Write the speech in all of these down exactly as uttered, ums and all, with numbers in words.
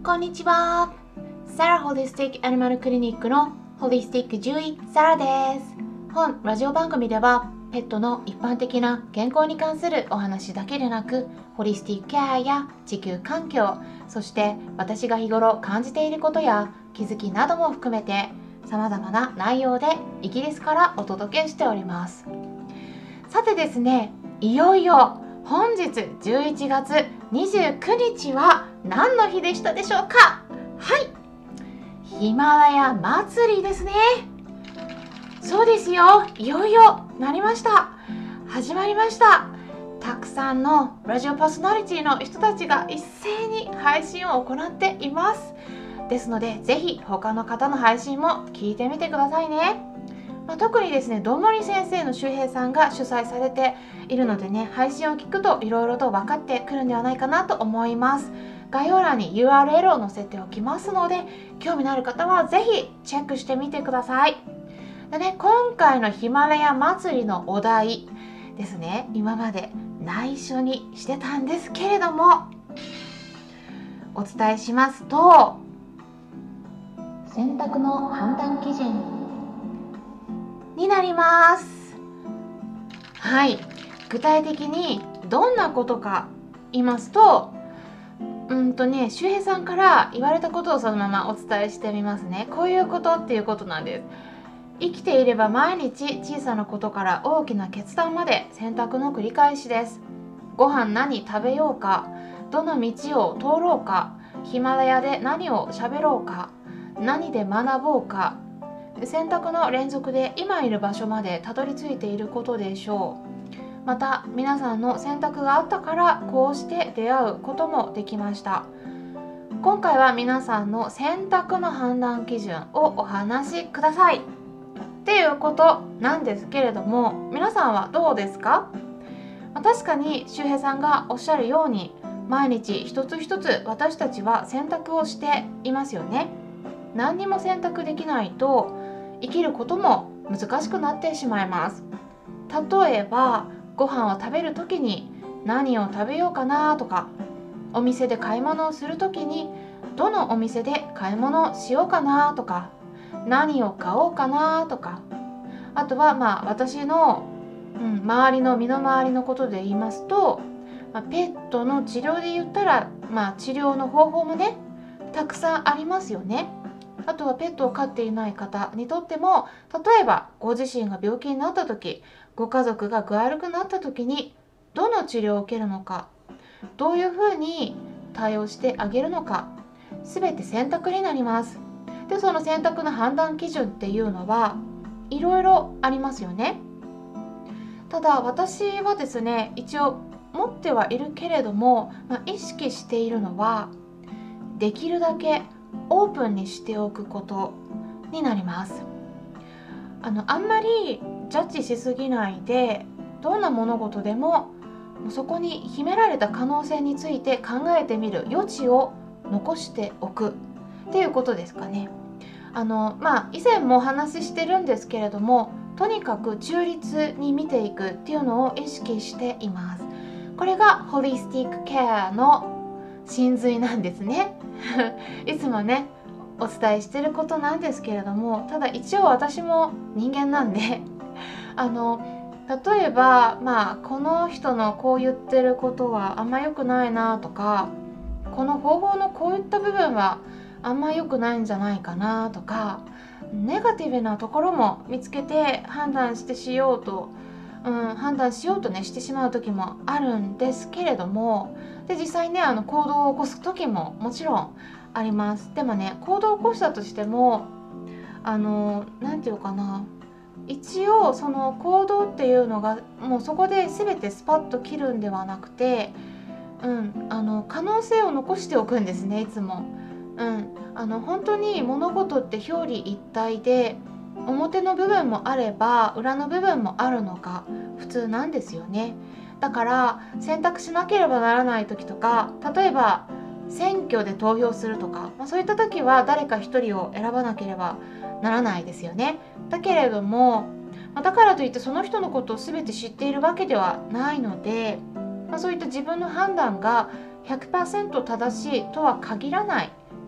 こんにちは。サラホリスティックアニマルクリニックのホリスティック獣医サラです。本ラジオ番組ではペットの一般的な健康に関するお話だけでなく、ホリスティックケアや地球環境、そして私が日頃感じていることや気づきなども含めて様々な内容でイギリスからお届けしております。さてですね、いよいよ本日じゅういちがつにじゅうくにちは何の日でしたでしょうか？はい、ヒマラヤ祭りですね。そうですよ、いよいよなりました。始まりました。たくさんのラジオパーソナリティの人たちが一斉に配信を行っています。ですので、ぜひ他の方の配信も聞いてみてくださいね。まあ、特にですね、どんもり先生の周平さんが主催されているのでね、配信を聞くといろいろと分かってくるんではないかなと思います。概要欄に ユーアールエル を載せておきますので、興味のある方はぜひチェックしてみてください。でね、今回のヒマラヤ祭りのお題ですね、今まで内緒にしてたんですけれども、お伝えしますと、選択の判断基準になります。はい、具体的にどんなことか言いますと、うんとね、周平さんから言われたことをそのままお伝えしてみますね。こういうことっていうことなんです。生きていれば毎日小さなことから大きな決断まで選択の繰り返しです。ご飯何食べようか、どの道を通ろうか、ヒマラヤで何を喋ろうか、何で学ぼうか、選択の連続で今いる場所までたどり着いていることでしょう。また皆さんの選択があったからこうして出会うこともできました。今回は皆さんの選択の判断基準をお話しくださいっていうことなんですけれども、皆さんはどうですか？確かに周平さんがおっしゃるように、毎日一つ一つ私たちは選択をしていますよね。何にも選択できないと生きることも難しくなってしまいます。例えばご飯を食べるときに何を食べようかなとか、お店で買い物をするときにどのお店で買い物をしようかなとか、何を買おうかなとか、あとはまあ私の、うん、周りの身の回りのことで言いますと、まあ、ペットの治療で言ったら、まあ、治療の方法もねたくさんありますよね。あとはペットを飼っていない方にとっても、例えばご自身が病気になった時、ご家族が具合悪くなった時にどの治療を受けるのか、どういうふうに対応してあげるのか、全て選択になります。で、その選択の判断基準っていうのはいろいろありますよね。ただ私はですね、一応持ってはいるけれども、まあ、意識しているのはできるだけオープンにしておくことになります。あのあんまりジャッジしすぎないで、どんな物事でもそこに秘められた可能性について考えてみる余地を残しておくっていうことですかね。あのまあ以前もお話ししてるんですけれども、とにかく中立に見ていくっていうのを意識しています。これがホリスティックケアの真髄なんですね。いつもねお伝えしてることなんですけれども、ただ一応私も人間なんであの例えばまあこの人のこう言ってることはあんま良くないなとか、この方法のこういった部分はあんま良くないんじゃないかなとか、ネガティブなところも見つけて判断してしようと、うん、判断しようとねしてしまう時もあるんですけれども、で実際ねあの行動を起こす時ももちろんあります。でもね、行動を起こしたとしてもあのなんていうかな、一応その行動っていうのがもうそこで全てスパッと切るんではなくて、うん、あの可能性を残しておくんですね、いつも。うん、あの本当に物事って表裏一体で、表の部分もあれば裏の部分もあるのが普通なんですよね。だから選択しなければならない時とか、例えば選挙で投票するとか、まあ、そういった時は誰か一人を選ばなければならないですよね。だけれども、まあ、だからといってその人のことを全て知っているわけではないので、まあ、そういった自分の判断が ひゃくパーセント 正しいとは限らないっ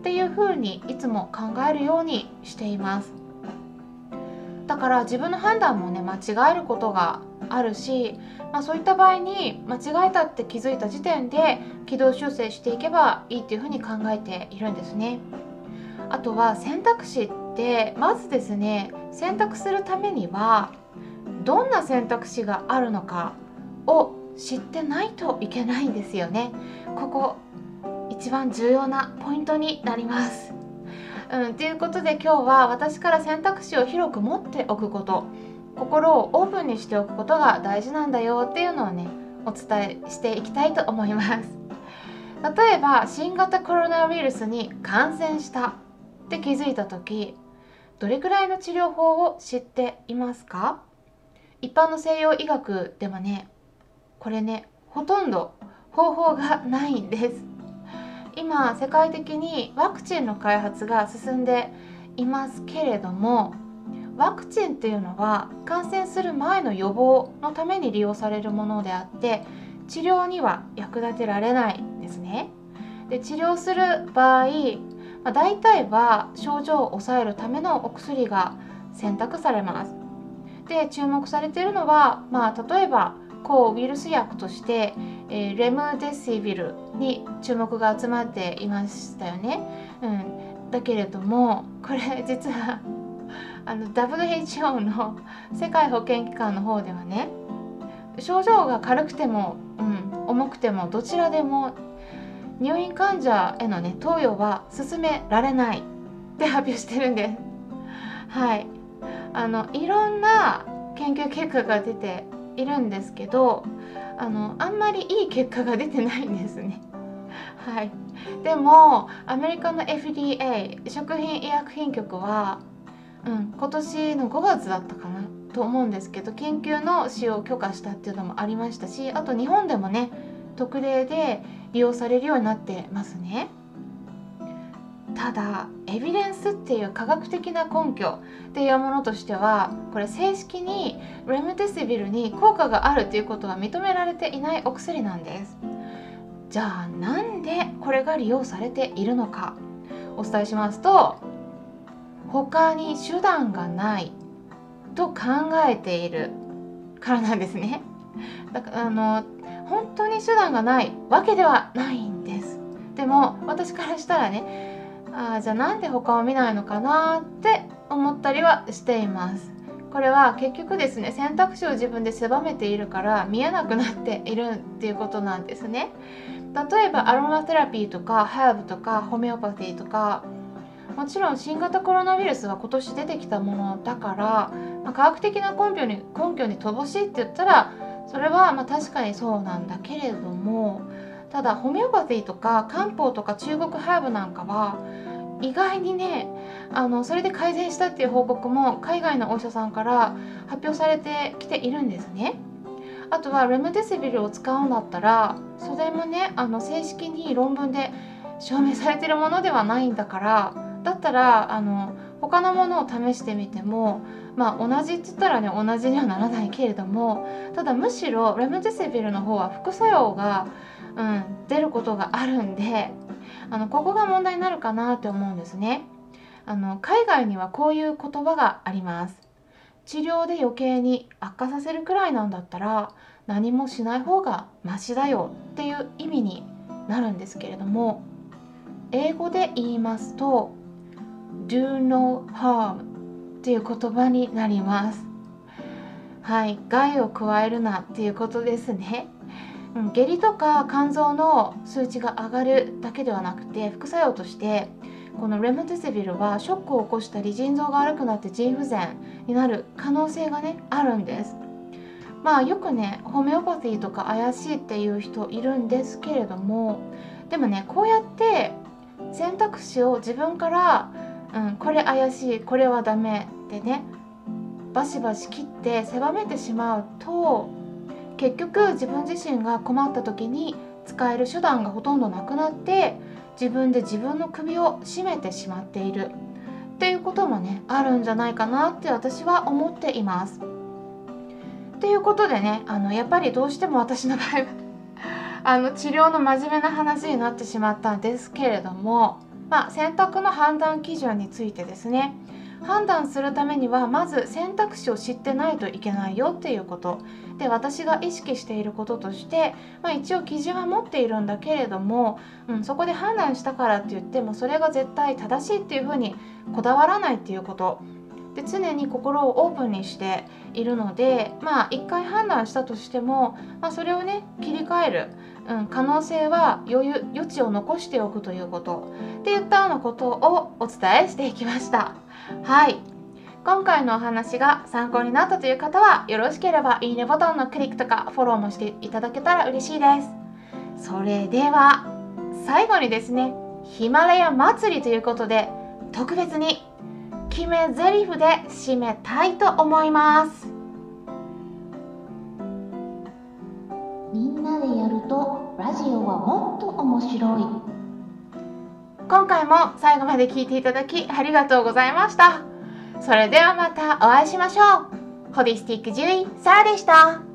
っていうふうにいつも考えるようにしています。だから自分の判断もね間違えることがあるし、まあ、そういった場合に間違えたって気づいた時点で軌道修正していけばいいっていうふうに考えているんですね。あとは選択肢ってまずですね、選択するためにはどんな選択肢があるのかを知ってないといけないんですよね。ここ一番重要なポイントになります。うん、ということで今日は私から選択肢を広く持っておくこと、心をオープンにしておくことが大事なんだよっていうのをねお伝えしていきたいと思います。例えば新型コロナウイルスに感染したって気づいた時、どれくらいの治療法を知っていますか？一般の西洋医学ではねこれねほとんど方法がないんです。今世界的にワクチンの開発が進んでいますけれども、ワクチンっていうのは感染する前の予防のために利用されるものであって治療には役立てられないんですね。で治療する場合、まあ、大体は症状を抑えるためのお薬が選択されます。で注目されているのは、まあ、例えば抗ウイルス薬として、えー、レムデシビルに注目が集まっていましたよね。うん、だけれどもこれ実はあの ダブリューエイチオー の世界保健機関の方ではね、症状が軽くても、うん、重くてもどちらでも入院患者へのね投与は勧められないって発表してるんです。はい、あのいろんな研究結果が出ているんですけど、あのあんまりいい結果が出てないんですね。はい、でもアメリカの エフディーエー 食品医薬品局は、うん、今年のごがつだったかなと思うんですけど緊急の使用を許可したっていうのもありましたし、あと日本でもね特例で利用されるようになってますね。ただエビデンスっていう科学的な根拠っていうものとしてはこれ正式にレムデシビルに効果があるっていうことは認められていないお薬なんです。じゃあなんでこれが利用されているのかお伝えしますと、他に手段がないと考えているからなんですね。だからあの本当に手段がないわけではないんです。でも私からしたらね、あーじゃあなんで他を見ないのかなって思ったりはしています。これは結局ですね、選択肢を自分で狭めているから見えなくなっているっていうことなんですね。例えばアロマテラピーとかハーブとかホメオパティとか、もちろん新型コロナウイルスは今年出てきたものだから、まあ、科学的な根拠に根拠に乏しいって言ったらそれはまあ確かにそうなんだけれども、ただホメオパティとか漢方とか中国ハーブなんかは意外にね、あのそれで改善したっていう報告も海外のお医者さんから発表されてきているんですね。あとはレムデシビルを使うんだったらそれもねあの正式に論文で証明されてるものではないんだから、だったらあの他のものを試してみてもまあ同じって言ったらね同じにはならないけれども、ただむしろレムデシビルの方は副作用が、うん、出ることがあるんで、あのここが問題になるかなって思うんですね。あの海外にはこういう言葉があります。治療で余計に悪化させるくらいなんだったら何もしない方がマシだよっていう意味になるんですけれども、英語で言いますと Do no harm っていう言葉になります。はい、害を加えるなっていうことですね。うん、下痢とか肝臓の数値が上がるだけではなくて副作用としてこのレムデシビルはショックを起こしたり腎臓が悪くなって腎不全になる可能性がねあるんです。まあよくねホメオパティとか怪しいっていう人いるんですけれども、でもねこうやって選択肢を自分から、うん、これ怪しいこれはダメってねバシバシ切って狭めてしまうと結局自分自身が困った時に使える手段がほとんどなくなって自分で自分の首を絞めてしまっているっていうこともねあるんじゃないかなって私は思っています。ということでね、あのやっぱりどうしても私の場合はあの治療の真面目な話になってしまったんですけれども、 まあ、選択の判断基準についてですね。判断するためにはまず選択肢を知ってないといけないよっていうことで、私が意識していることとして、まあ、一応基準は持っているんだけれども、うん、そこで判断したからって言ってもそれが絶対正しいっていうふうにこだわらないっていうことで、常に心をオープンにしているので、まあ一回判断したとしても、まあ、それをね切り替える、うん、可能性は余裕余地を残しておくということっていったようなことをお伝えしていきました。はい、今回のお話が参考になったという方はよろしければいいねボタンのクリックとかフォローもしていただけたら嬉しいです。それでは最後にですね、ヒマラヤ祭りということで特別に決め台詞で締めたいと思います。みんなでやるとラジオはもっと面白い。今回も最後まで聞いていただきありがとうございました。それではまたお会いしましょう。ホリスティック獣医サラでした。